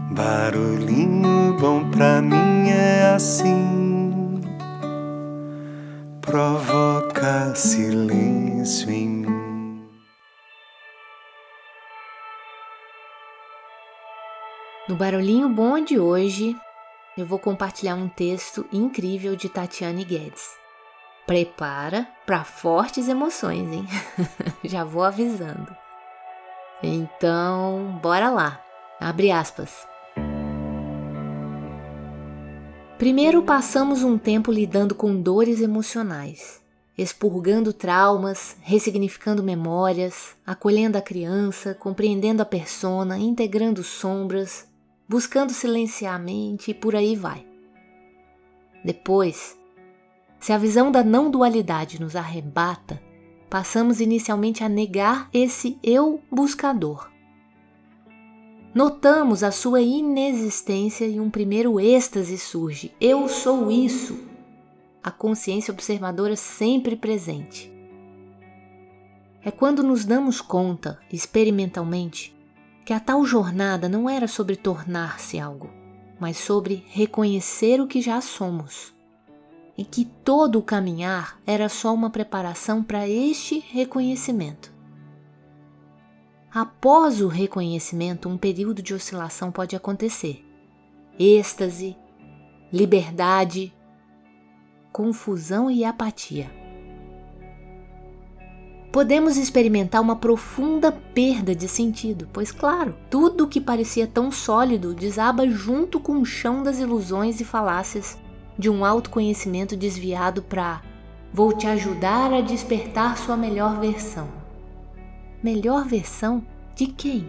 Barulhinho bom pra mim é assim, provoca silêncio em mim. No Barulhinho Bom de hoje, eu vou compartilhar um texto incrível de Tatiane Guedes. Prepara para fortes emoções, hein? Já vou avisando. Então, bora lá. Abre aspas. Primeiro passamos um tempo lidando com dores emocionais, expurgando traumas, ressignificando memórias, acolhendo a criança, compreendendo a persona, integrando sombras, buscando silenciar a mente e por aí vai. Depois, se a visão da não-dualidade nos arrebata, passamos inicialmente a negar esse eu buscador. Notamos a sua inexistência e um primeiro êxtase surge. Eu sou isso. A consciência observadora sempre presente. É quando nos damos conta, experimentalmente, que a tal jornada não era sobre tornar-se algo, mas sobre reconhecer o que já somos. E que todo o caminhar era só uma preparação para este reconhecimento. Após o reconhecimento, um período de oscilação pode acontecer. Êxtase, liberdade, confusão e apatia. Podemos experimentar uma profunda perda de sentido, pois, claro, tudo o que parecia tão sólido desaba junto com o chão das ilusões e falácias de um autoconhecimento desviado para "vou te ajudar a despertar sua melhor versão". Melhor versão de quem?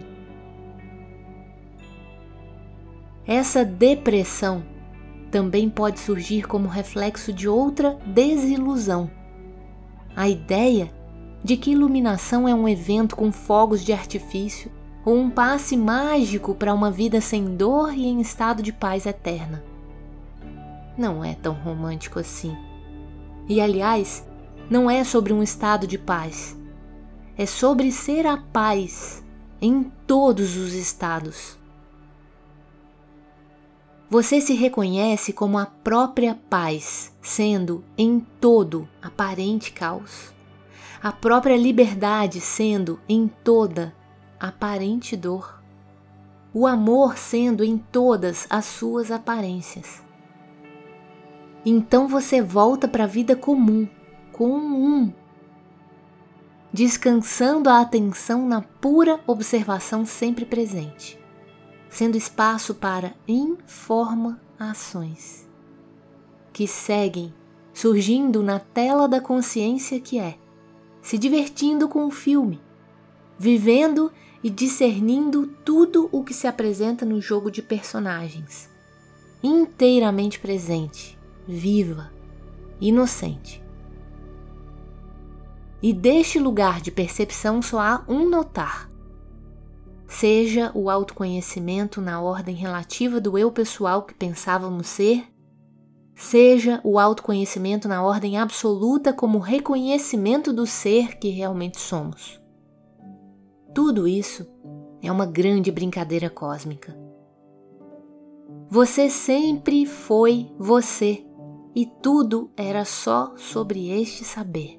Essa depressão também pode surgir como reflexo de outra desilusão. A ideia de que iluminação é um evento com fogos de artifício ou um passe mágico para uma vida sem dor e em estado de paz eterna. Não é tão romântico assim. E, aliás, não é sobre um estado de paz. É sobre ser a paz em todos os estados. Você se reconhece como a própria paz, sendo em todo aparente caos. A própria liberdade sendo em toda aparente dor. O amor sendo em todas as suas aparências. Então você volta para a vida comum, descansando a atenção na pura observação sempre presente, sendo espaço para informações que seguem surgindo na tela da consciência que é, se divertindo com o filme, vivendo e discernindo tudo o que se apresenta no jogo de personagens, inteiramente presente, viva, inocente. E deste lugar de percepção só há um notar. Seja o autoconhecimento na ordem relativa do eu pessoal que pensávamos ser, seja o autoconhecimento na ordem absoluta como reconhecimento do ser que realmente somos. Tudo isso é uma grande brincadeira cósmica. Você sempre foi você e tudo era só sobre este saber.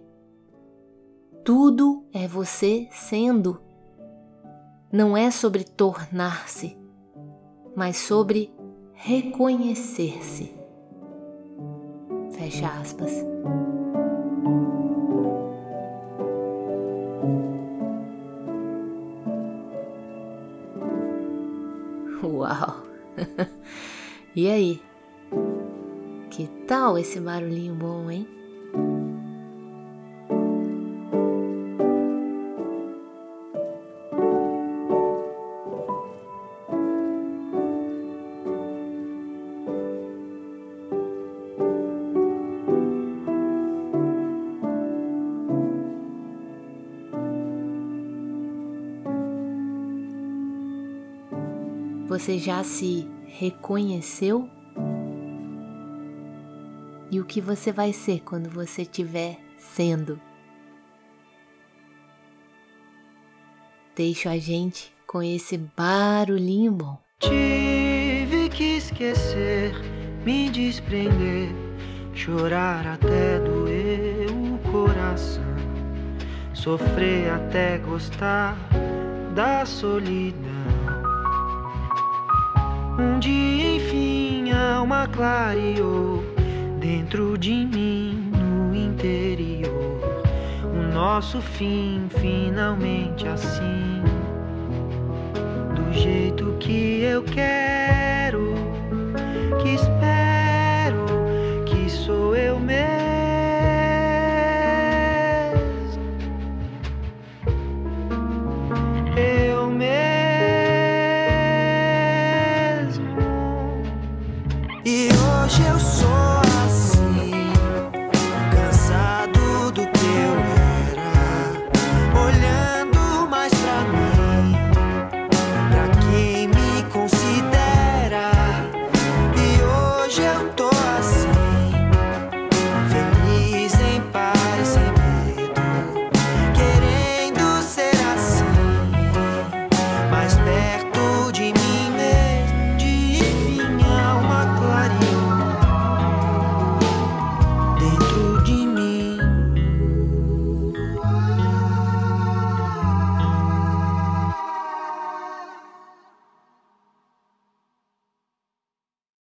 Tudo é você sendo. Não é sobre tornar-se, mas sobre reconhecer-se. Fecha aspas. Uau! E aí? Que tal esse barulhinho bom, hein? Você já se reconheceu? E o que você vai ser quando você estiver sendo? Deixo a gente com esse barulhinho bom. Tive que esquecer, me desprender, chorar até doer o coração, sofrer até gostar da solidão. Um dia enfim a alma clareou dentro de mim, no interior. O nosso fim finalmente assim, do jeito que eu quero.